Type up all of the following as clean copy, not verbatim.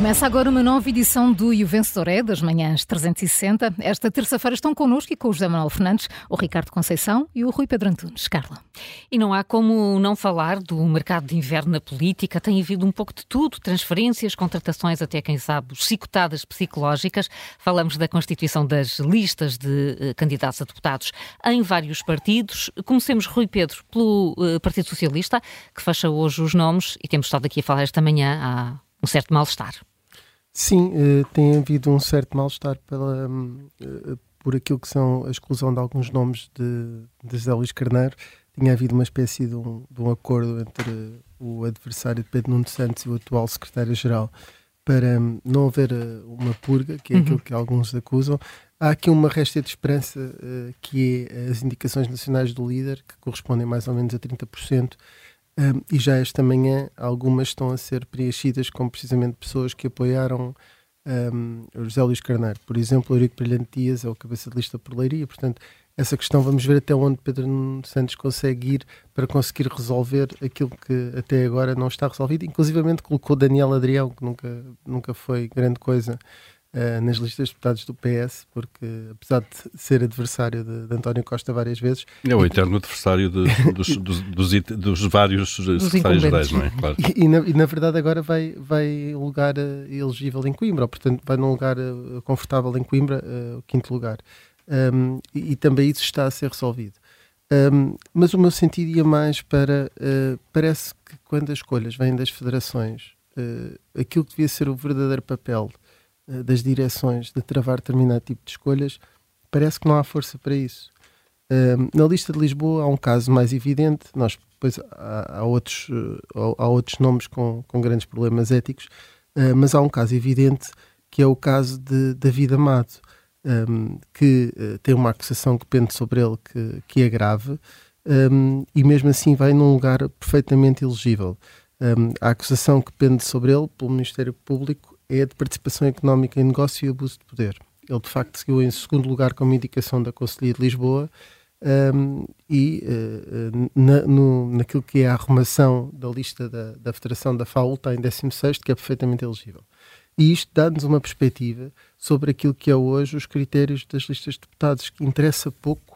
Começa agora uma nova edição do E o Vencedor é, das manhãs 360. Esta terça-feira estão connosco e com o José Manuel Fernandes, o Ricardo Conceição e o Rui Pedro Antunes. Carla. E não há como não falar do mercado de inverno na política. Tem havido um pouco de tudo, transferências, contratações, até quem sabe, chicotadas psicológicas. Falamos da constituição das listas de candidatos a deputados em vários partidos. Comecemos, Rui Pedro, pelo Partido Socialista, que fecha hoje os nomes e temos estado aqui a falar esta manhã há um certo mal-estar. Sim, tem havido um certo mal-estar por aquilo que são a exclusão de alguns nomes de José Luís Carneiro. Tinha havido uma espécie de um acordo entre o adversário de Pedro Nuno Santos e o atual secretário-geral para não haver uma purga, que é aquilo que alguns acusam. Há aqui uma réstia de esperança, que é as indicações nacionais do líder, que correspondem mais ou menos a 30%, e já esta manhã algumas estão a ser preenchidas com precisamente pessoas que apoiaram o José Luís Carneiro. Por exemplo, o Eurico Brilhante Dias é o cabeça de lista por Leiria. Portanto, essa questão, vamos ver até onde Pedro Nuno Santos consegue ir para conseguir resolver aquilo que até agora não está resolvido. Inclusivamente colocou Daniel Adrião, que nunca foi grande coisa nas listas de deputados do PS, porque apesar de ser adversário de António Costa várias vezes... É o eterno adversário dos vários secretários-gerais, não é? Claro. E na verdade agora vai um lugar elegível em Coimbra, portanto vai num lugar confortável em Coimbra, o quinto lugar. E também isso está a ser resolvido. Mas o meu sentido ia mais para... parece que quando as escolhas vêm das federações, aquilo que devia ser o verdadeiro papel das direções de travar determinado tipo de escolhas, parece que não há força para isso. Na lista de Lisboa há um caso mais evidente, depois há outros nomes com grandes problemas éticos, mas há um caso evidente que é o caso de David Amado, que tem uma acusação que pende sobre ele que é grave, e mesmo assim vai num lugar perfeitamente elegível. A acusação que pende sobre ele pelo Ministério Público é de participação económica em negócio e abuso de poder. Ele, de facto, seguiu em segundo lugar com uma indicação da Conselhia de Lisboa, naquilo que é a arrumação da lista da Federação da FAUL está em 16º, que é perfeitamente elegível. E isto dá-nos uma perspectiva sobre aquilo que é hoje os critérios das listas de deputados, que interessa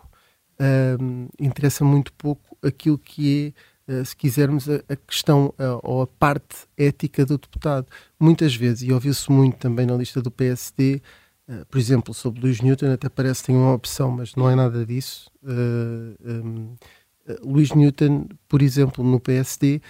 muito pouco aquilo que é, se quisermos, a questão ou a parte ética do deputado. Muitas vezes, e ouviu-se muito também na lista do PSD, por exemplo, sobre Luís Newton, até parece que tem uma opção, mas não é nada disso. Luís Newton, por exemplo, no PSD,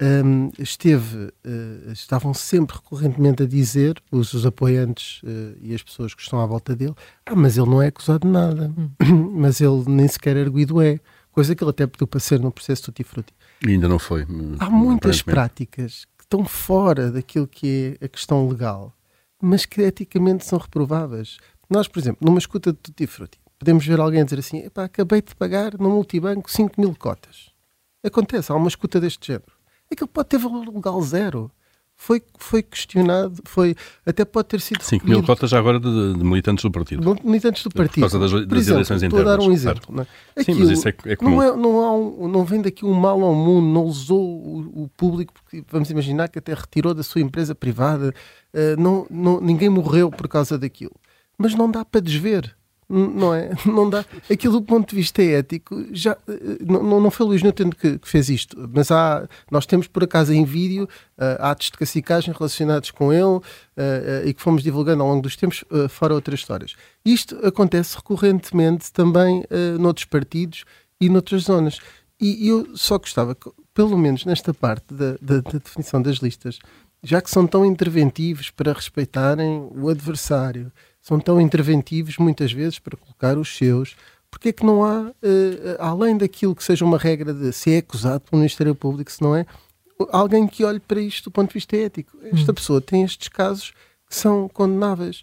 estavam sempre recorrentemente a dizer, os apoiantes e as pessoas que estão à volta dele, mas ele não é acusado de nada, mas ele nem sequer arguido é. Coisa que ele até pediu para ser no processo Tutti Frutti. E ainda não foi. Há muitas práticas que estão fora daquilo que é a questão legal, mas que eticamente são reprováveis. Nós, por exemplo, numa escuta de Tutti Frutti, podemos ver alguém dizer assim, acabei de pagar no multibanco 5.000 cotas. Acontece, há uma escuta deste género. Aquilo pode ter valor legal zero. Foi questionado, até pode ter sido... 5.000 cotas já agora de militantes do partido. Militantes do partido. Por causa das eleições internas. Estou a dar um exemplo. Claro. Não é? Sim, mas isso é comum. Não vem daqui um mal ao mundo, não usou o público, porque vamos imaginar que até retirou da sua empresa privada, ninguém morreu por causa daquilo. Mas não dá para desver. Não é? Não dá. Aquilo do ponto de vista ético, já, não foi o Luís Newton que fez isto, mas nós temos por acaso em vídeo atos de cacicagem relacionados com ele e que fomos divulgando ao longo dos tempos, fora outras histórias. Isto acontece recorrentemente também noutros partidos e noutras zonas. E eu só gostava, pelo menos nesta parte da definição das listas, já que são tão interventivos para respeitarem o adversário, são tão interventivos muitas vezes para colocar os seus, porque é que não há, além daquilo que seja uma regra de se é acusado pelo Ministério Público, se não é, alguém que olhe para isto do ponto de vista ético? Esta pessoa tem estes casos que são condenáveis.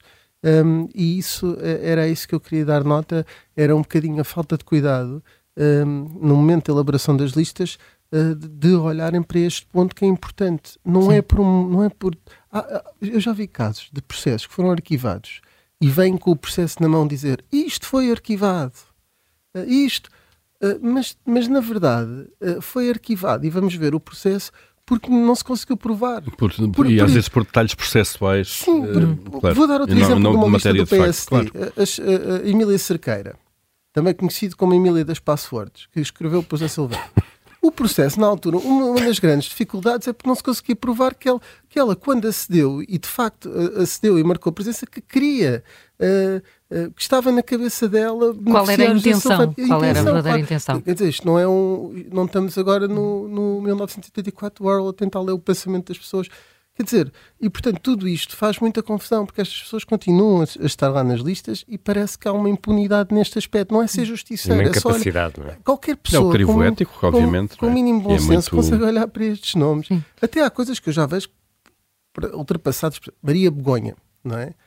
E era isso que eu queria dar nota, era um bocadinho a falta de cuidado no momento da elaboração das listas, de olharem para este ponto que é importante. Não é por eu já vi casos de processos que foram arquivados e vêm com o processo na mão dizer isto foi arquivado, mas na verdade foi arquivado, e vamos ver o processo porque não se conseguiu provar. E às vezes por detalhes processuais. Sim, claro. Vou dar outro exemplo de uma lista do PSD. Facto, claro. A Emília Cerqueira, também conhecido como Emília das Passwords, que escreveu para José Silveira. O processo, na altura, uma das grandes dificuldades é porque não se conseguia provar que ela, quando acedeu, e de facto acedeu e marcou a presença, que queria, que estava na cabeça dela... Qual era a intenção? Qual era a verdadeira intenção? Quer dizer, isto não é não estamos agora no 1984, o Orwell a tentar ler o pensamento das pessoas. Quer dizer, e portanto tudo isto faz muita confusão, porque estas pessoas continuam a estar lá nas listas e parece que há uma impunidade neste aspecto. Não é ser justiceiro, é só não é? Qualquer pessoa é o crivo ético, obviamente, com o mínimo bom senso consegue olhar para estes nomes. Até há coisas que eu já vejo ultrapassadas. Maria Begonha, não é?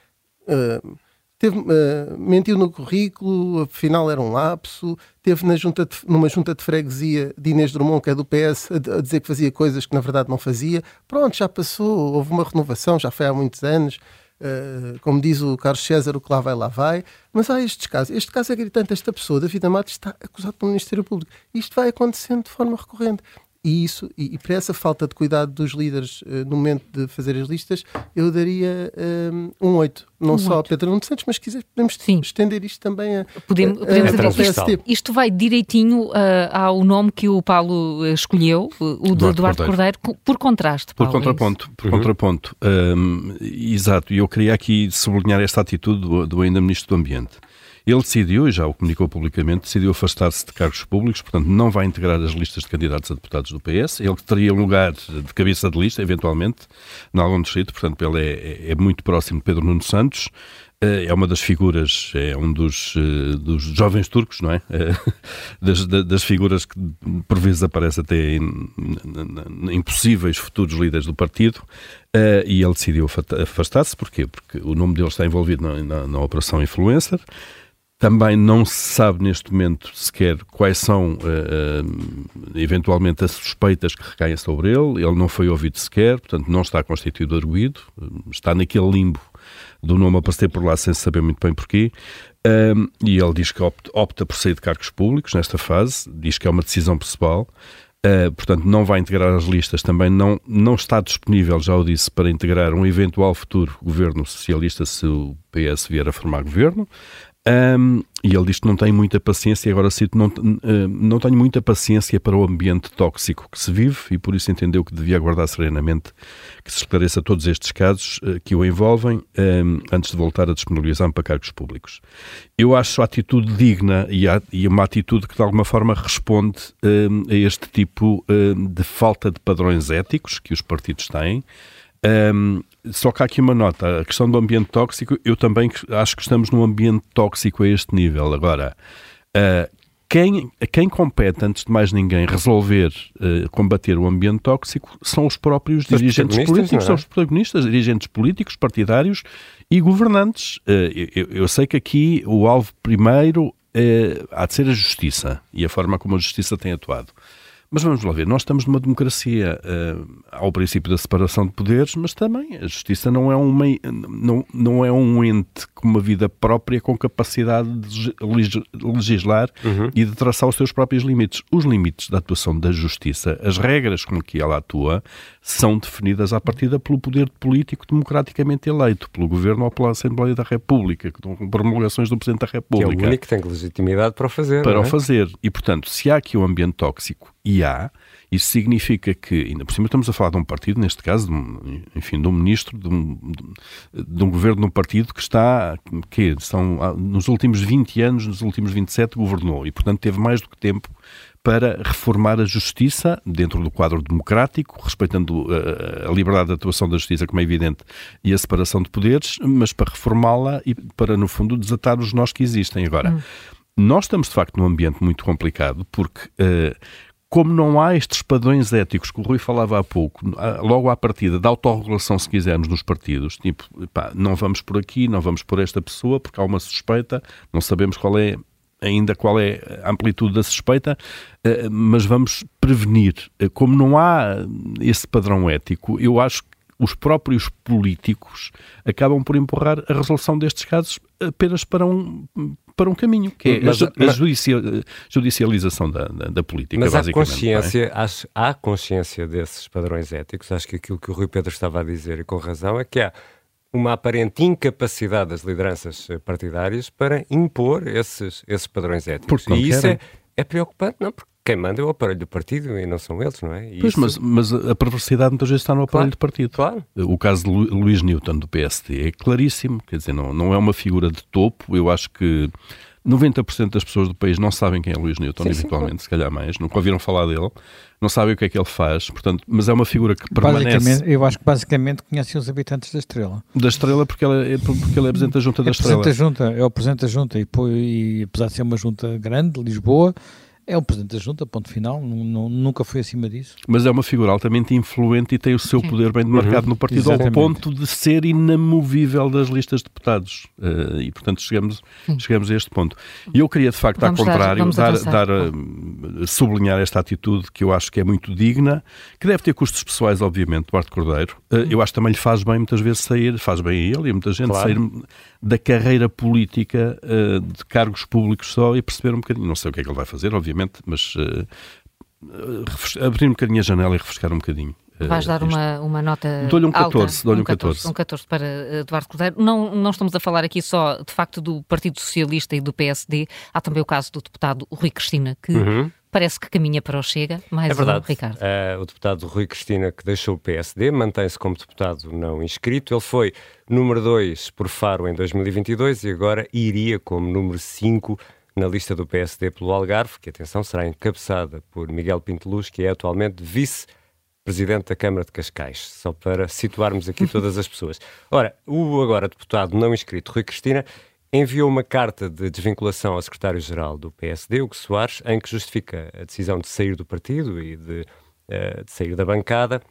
Mentiu no currículo, afinal era um lapso, teve numa junta de freguesia de Inês Drummond, que é do PS, a dizer que fazia coisas que na verdade não fazia. Pronto, já passou, houve uma renovação, já foi há muitos anos. Como diz o Carlos César, o que lá vai. Mas há estes casos. Este caso é gritante. Esta pessoa, David Amato, está acusado pelo Ministério Público. Isto vai acontecendo de forma recorrente. E para essa falta de cuidado dos líderes no momento de fazer as listas, eu daria um 8. Não só ao Pedro Nuno Santos, mas se quiser podemos estender isto também a podemos dizer isto vai direitinho ao nome que o Paulo escolheu, o de Eduardo Cordeiro, por contraste, Paulo. Por contraponto. Exato, e eu queria aqui sublinhar esta atitude do ainda Ministro do Ambiente. Ele decidiu, e já o comunicou publicamente, decidiu afastar-se de cargos públicos, portanto não vai integrar as listas de candidatos a deputados do PS. Ele que teria um lugar de cabeça de lista, eventualmente, em algum distrito, portanto ele é muito próximo de Pedro Nuno Santos, é uma das figuras, é um dos jovens turcos, não é? Das figuras que por vezes aparecem até em possíveis futuros líderes do partido, e ele decidiu afastar-se. Porquê? Porque o nome dele está envolvido na Operação Influencer. Também não se sabe neste momento sequer quais são eventualmente as suspeitas que recaem sobre ele. Ele não foi ouvido sequer, portanto não está constituído arguido, está naquele limbo do nome aparecer por lá sem saber muito bem porquê. E ele diz que opta por sair de cargos públicos nesta fase, diz que é uma decisão pessoal. Portanto não vai integrar as listas, também não está disponível, já o disse, para integrar um eventual futuro governo socialista se o PS vier a formar governo. E ele diz que não tem muita paciência, e agora cito, não tenho muita paciência para o ambiente tóxico que se vive, e por isso entendeu que devia aguardar serenamente que se esclareça todos estes casos que o envolvem, antes de voltar a disponibilizar-me para cargos públicos. Eu acho a atitude digna e uma atitude que de alguma forma responde a este tipo de falta de padrões éticos que os partidos têm. Só que há aqui uma nota, a questão do ambiente tóxico, eu também acho que estamos num ambiente tóxico a este nível. Agora, quem compete, antes de mais ninguém, resolver combater o ambiente tóxico são os próprios dirigentes políticos, são os protagonistas, dirigentes políticos, partidários e governantes. Eu sei que aqui o alvo primeiro há de ser a justiça e a forma como a justiça tem atuado. Mas vamos lá ver, nós estamos numa democracia, há o princípio da separação de poderes, mas também a justiça não é um ente com uma vida própria, com capacidade de legislar e de traçar os seus próprios limites. Os limites da atuação da justiça, as regras com que ela atua, são definidas à partida pelo poder político democraticamente eleito, pelo Governo ou pela Assembleia da República, com promulgações do Presidente da República. Que é o único que tem legitimidade para o fazer. Para o fazer. E, portanto, se há aqui um ambiente tóxico, isso significa que, ainda por cima estamos a falar de um partido, neste caso, de um ministro, de um governo de um partido que está, nos últimos 20 anos, nos últimos 27, governou e, portanto, teve mais do que tempo para reformar a justiça dentro do quadro democrático, respeitando a liberdade de atuação da justiça, como é evidente, e a separação de poderes, mas para reformá-la e para, no fundo, desatar os nós que existem. Agora, nós estamos, de facto, num ambiente muito complicado, porque como não há estes padrões éticos que o Rui falava há pouco, logo à partida, da autorregulação, se quisermos, nos partidos, tipo, não vamos por aqui, não vamos por esta pessoa, porque há uma suspeita, não sabemos qual é a amplitude da suspeita, mas vamos prevenir. Como não há esse padrão ético, eu acho que os próprios políticos acabam por empurrar a resolução destes casos apenas para para um caminho, que é a judicialização da política, mas basicamente. Há consciência desses padrões éticos. Acho que aquilo que o Rui Pedro estava a dizer, e com razão, é que há uma aparente incapacidade das lideranças partidárias para impor esses padrões éticos. E isso é preocupante, não? Porque quem manda é o aparelho do partido e não são eles, não é? Pois, mas a perversidade muitas vezes está no aparelho do partido. Claro. O caso de Luís Newton, do PSD, é claríssimo. Quer dizer, não é uma figura de topo. Eu acho que 90% das pessoas do país não sabem quem é Luís Newton, eventualmente, se calhar mais. Nunca ouviram falar dele. Não sabem o que é que ele faz. Portanto, mas é uma figura que permanece... Eu acho que basicamente conhecem os habitantes da Estrela. Da Estrela porque ele é Presidente da Junta da Estrela. É o Presidente da Junta. E apesar de ser uma junta grande, de Lisboa... É o Presidente da Junta, ponto final, nunca foi acima disso. Mas é uma figura altamente influente e tem o seu poder bem demarcado no partido, exatamente, ao ponto de ser inamovível das listas de deputados. E, portanto, chegamos a este ponto. E eu queria, de facto, ao contrário, sublinhar esta atitude que eu acho que é muito digna, que deve ter custos pessoais, obviamente, Duarte Cordeiro. Eu acho que também lhe faz bem, muitas vezes, faz bem a ele e a muita gente, sair da carreira política, de cargos públicos só, e perceber um bocadinho, não sei o que é que ele vai fazer, obviamente, mas abrir um bocadinho a janela e refrescar um bocadinho. Vais dar uma nota Dou-lhe um 14, alta, dou-lhe um 14. Um 14 para Duarte Cordeiro. Não estamos a falar aqui só, de facto, do Partido Socialista e do PSD. Há também o caso do deputado Rui Cristina, que parece que caminha para o Chega. Mais verdade. Ricardo. O deputado Rui Cristina, que deixou o PSD, mantém-se como deputado não inscrito. Ele foi número 2 por Faro em 2022 e agora iria como número 5 na lista do PSD pelo Algarve, que, atenção, será encabeçada por Miguel Pinteluz, que é atualmente vice-presidente da Câmara de Cascais, só para situarmos aqui todas as pessoas. Ora, o agora deputado não inscrito Rui Cristina enviou uma carta de desvinculação ao secretário-geral do PSD, Hugo Soares, em que justifica a decisão de sair do partido e de sair da bancada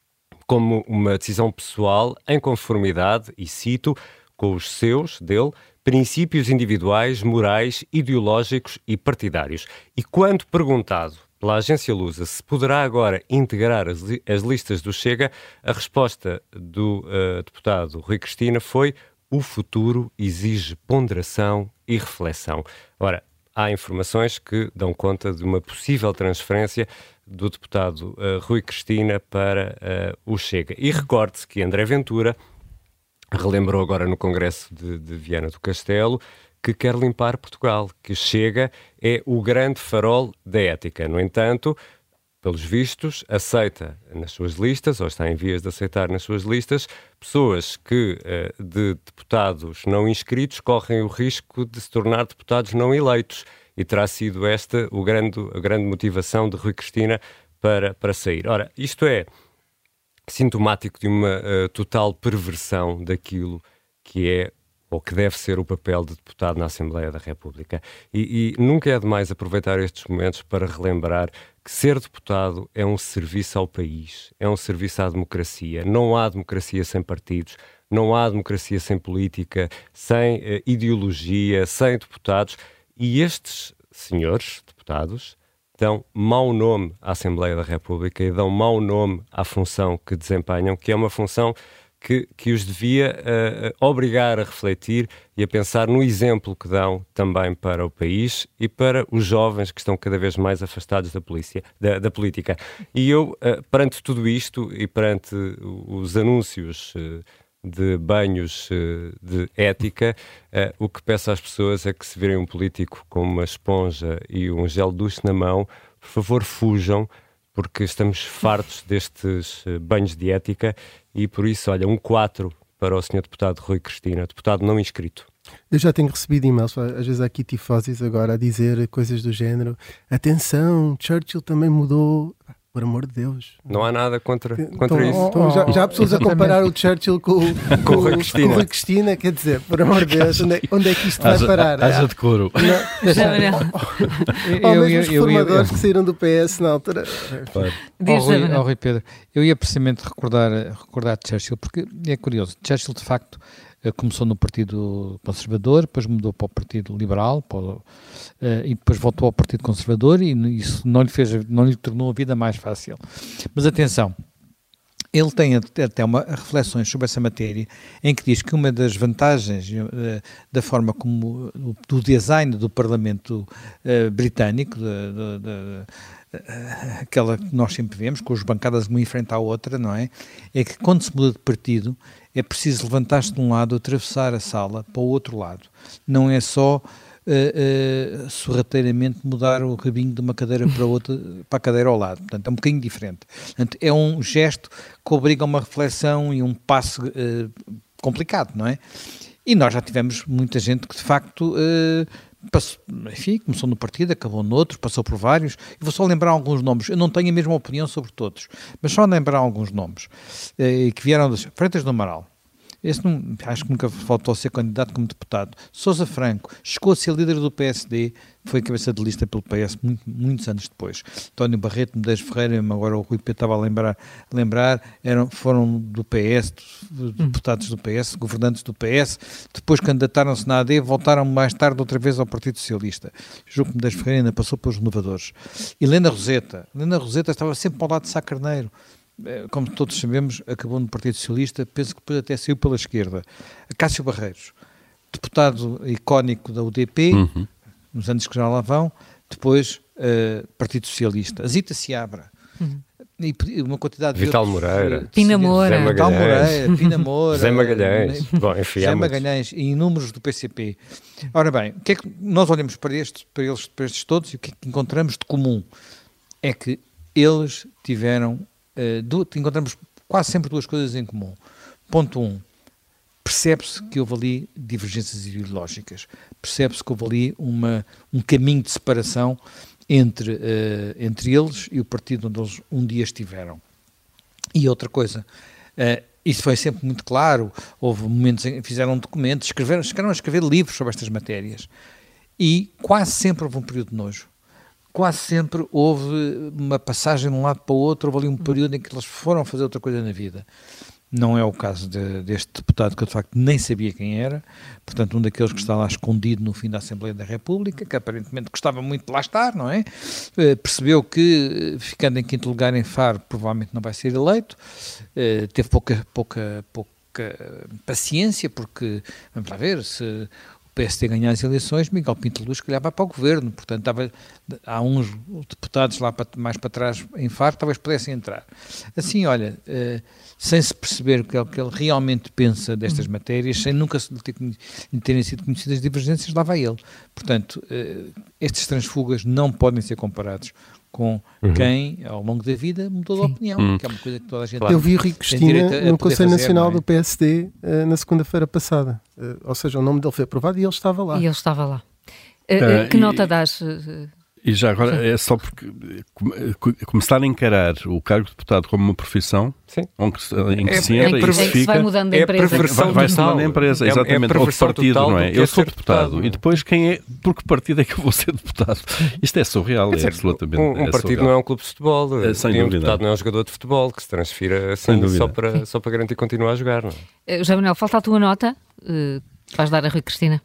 como uma decisão pessoal em conformidade, e cito, com os dele, princípios individuais, morais, ideológicos e partidários. E quando perguntado pela agência Lusa se poderá agora integrar as listas do Chega, a resposta do deputado Rui Cristina foi: o futuro exige ponderação e reflexão. Ora, há informações que dão conta de uma possível transferência do deputado Rui Cristina para o Chega. E recorde-se que André Ventura relembrou agora no Congresso de Viana do Castelo que quer limpar Portugal, que Chega é o grande farol da ética. No entanto, pelos vistos, aceita nas suas listas, ou está em vias de aceitar nas suas listas, pessoas que, de deputados não inscritos, correm o risco de se tornar deputados não eleitos. E terá sido esta a grande motivação de Rui Cristina para sair. Ora, isto é sintomático de uma total perversão daquilo que é ou que deve ser o papel de deputado na Assembleia da República. E nunca é demais aproveitar estes momentos para relembrar que ser deputado é um serviço ao país, é um serviço à democracia. Não há democracia sem partidos, não há democracia sem política, sem ideologia, sem deputados. E estes senhores deputados dão mau nome à Assembleia da República e dão mau nome à função que desempenham, que é uma função que os devia obrigar a refletir e a pensar no exemplo que dão também para o país e para os jovens que estão cada vez mais afastados da política. E eu, perante tudo isto e perante os anúncios de banhos de ética, o que peço às pessoas é que, se virem um político com uma esponja e um gel de duche na mão, por favor fujam, porque estamos fartos destes banhos de ética. E por isso, olha, um 4 para o Sr. Deputado Rui Cristina, deputado não inscrito. Eu já tenho recebido e-mails, às vezes há aqui tifoses agora a dizer coisas do género: atenção, Churchill também mudou. Por amor de Deus. Não há nada contra isso. Então, já há pessoas a comparar o Churchill com o Rui Cristina, quer dizer, por amor de Deus, onde é que isto vai parar? Haja decoro. Ou mesmo os reformadores que saíram do PS na altura. Rui Pedro, eu ia precisamente recordar Churchill, porque é curioso. Churchill, de facto, começou no Partido Conservador, depois mudou para o Partido Liberal e depois voltou ao Partido Conservador, e isso não lhe tornou a vida mais fácil. Mas atenção, Ele tem até reflexões sobre essa matéria, em que diz que uma das vantagens da forma como, do design do Parlamento britânico, aquela que nós sempre vemos, com as bancadas uma em frente à outra, não é? É que quando se muda de partido, é preciso levantar-se de um lado, atravessar a sala para o outro lado. Não é só sorrateiramente mudar o rabinho de uma cadeira para outra, para a cadeira ao lado. Portanto, é um bocadinho diferente. Portanto, é um gesto que obriga a uma reflexão e um passo complicado, não é? E nós já tivemos muita gente que, de facto, passou, enfim, começou no partido, acabou noutro, passou por vários. E vou só lembrar alguns nomes. Eu não tenho a mesma opinião sobre todos, mas só lembrar alguns nomes que vieram das Freitas do Amaral. Esse não, acho que nunca faltou a ser candidato como deputado. Sousa Franco chegou a ser líder do PSD, foi cabeça de lista pelo PS muitos anos depois. António Barreto, Medeiros Ferreira, agora o Rui Pedro estava a lembrar foram do PS, deputados do PS, governantes do PS, depois candidataram-se na AD, voltaram mais tarde outra vez ao Partido Socialista. Julgo que Medeiros Ferreira ainda passou pelos renovadores. Helena Roseta estava sempre ao lado de Sá Carneiro. Como todos sabemos, acabou no Partido Socialista, penso que depois até saiu pela esquerda. Cássio Barreiros, deputado icónico da UDP, nos anos que já lá vão, depois Partido Socialista. Zita Seabra, e uma quantidade Vital de outros, Moreira, Pina Moura, Pina Moura, Zé Magalhães, bom, enfim, Zé Magalhães e inúmeros do PCP. Ora bem, o que é que nós olhamos para estes todos e o que é que encontramos de comum? É que eles tiveram encontramos quase sempre duas coisas em comum. Ponto 1. Percebe-se que houve ali divergências ideológicas. Percebe-se que houve ali um caminho de separação entre eles e o partido onde eles um dia estiveram. E outra coisa, isso foi sempre muito claro, houve momentos em que fizeram documentos, chegaram a escrever livros sobre estas matérias. E quase sempre houve um período de nojo. Quase sempre houve uma passagem de um lado para o outro, houve ali um período em que eles foram fazer outra coisa na vida. Não é o caso deste deputado, que eu de facto nem sabia quem era, portanto um daqueles que está lá escondido no fim da Assembleia da República, que aparentemente gostava muito de lá estar, não é? Percebeu que, ficando em quinto lugar em Faro, provavelmente não vai ser eleito, teve pouca paciência, porque, vamos lá ver, se o PSD ganhar as eleições, Miguel Pinto Luz que vai para o governo, portanto há uns deputados lá mais para trás em Faro, talvez pudessem entrar. Assim, olha, sem se perceber o que ele realmente pensa destas matérias, sem nunca terem sido conhecidas divergências, lá vai ele. Portanto, estes transfugas não podem ser comparados com quem, ao longo da vida, mudou de opinião, que é uma coisa que toda a gente... Eu vi o Rui Cristina no Conselho Nacional do PSD na segunda-feira passada. Ou seja, o nome dele foi aprovado e ele estava lá. Que nota dás? E já agora, é só porque começar a encarar o cargo de deputado como uma profissão em que se entra e se fica... vai mudando de empresa. Vai-se mudando de empresa, exatamente. Ou de partido, não é? Eu sou deputado. E depois por que partido é que eu vou ser deputado? Isto é surreal, é absolutamente um partido surreal. Não é um clube de futebol. Sem um dúvida. deputado não é um jogador de futebol que se transfira assim só para garantir que continua a jogar. Não é? José Manuel, falta a tua nota. Vais dar a Rui Cristina?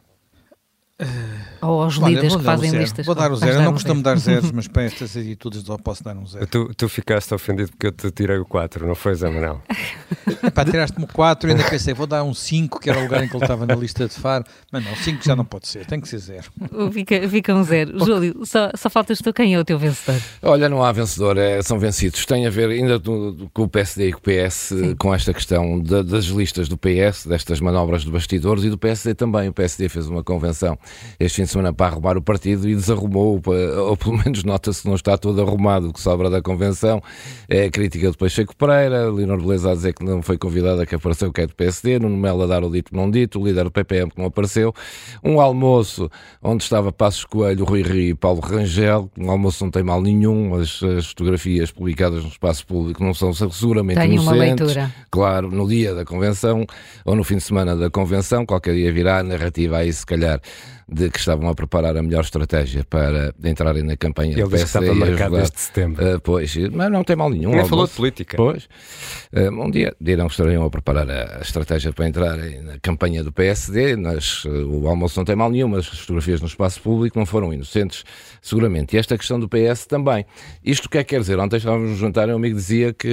Ou aos líderes que fazem listas? Vou dar o 0. Eu não costumo dar zeros, mas para estas atitudes só posso dar um 0. Tu ficaste ofendido porque eu te tirei o 4, não foi, Zé Manuel? Tiraste-me o 4 e ainda pensei, vou dar um 5, que era o lugar em que ele estava na lista de Faro. Mas não, 5 já não pode ser, tem que ser 0. Fica um 0. Júlio, só faltas tu. Quem é o teu vencedor? Olha, não há vencedor, são vencidos. Tem a ver ainda com o PSD e com o PS, com esta questão das listas do PS, destas manobras de bastidores, e do PSD também. O PSD fez uma convenção este fim de semana para arrumar o partido e desarrumou, ou pelo menos nota-se que não está todo arrumado, o que sobra da convenção. É a crítica de Pacheco Pereira, Leonor Beleza a dizer que não foi convidada, que apareceu, que é do PSD, Nuno Melo a dar o dito não dito, o líder do PPM que não apareceu, um almoço onde estava Passos Coelho, Rui Rio e Paulo Rangel. Um almoço não tem mal nenhum, mas as fotografias publicadas no espaço público não são seguramente Tem inocentes. Uma leitura. Claro, no dia da convenção ou no fim de semana da convenção, qualquer dia virá a narrativa aí, se calhar, de que estavam a preparar a melhor estratégia para entrarem na campanha do PSD. Ele estava marcado desde setembro. Pois, mas não tem mal nenhum. Nem falou de política. Pois, um dia dirão que estariam a preparar a estratégia para entrarem na campanha do PSD, mas o almoço não tem mal nenhum, mas as fotografias no espaço público não foram inocentes, seguramente. E esta questão do PS também. Isto o que é que quer dizer? Ontem estávamos a jantar e um amigo dizia que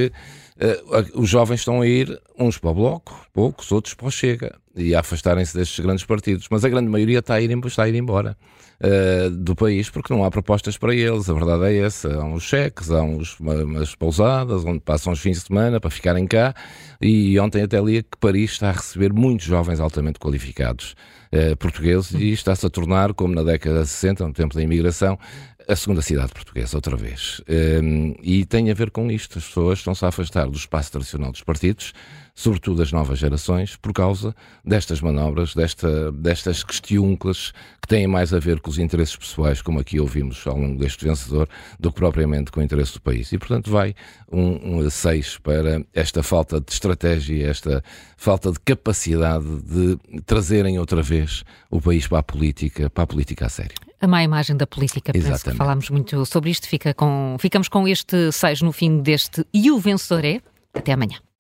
os jovens estão a ir uns para o Bloco, poucos, outros para o Chega, e a afastarem-se destes grandes partidos, mas a grande maioria está a ir embora do país, porque não há propostas para eles. A verdade é essa. Há uns cheques, há umas pousadas onde passam os fins de semana para ficarem cá, e ontem até li que Paris está a receber muitos jovens altamente qualificados portugueses, e está-se a tornar, como na década de 60, no tempo da imigração, a segunda cidade portuguesa, outra vez. E tem a ver com isto. As pessoas estão-se a afastar do espaço tradicional dos partidos, sobretudo as novas gerações, por causa destas manobras, destas questiúnculas que têm mais a ver com os interesses pessoais, como aqui ouvimos ao longo deste vencedor, do que propriamente com o interesse do país. E, portanto, vai um 6 para esta falta de estratégia, esta falta de capacidade de trazerem outra vez o país para a política a sério. A má imagem da política, penso que falámos muito sobre isto. Ficamos com este 6 no fim deste E o Vencedor é. Até amanhã.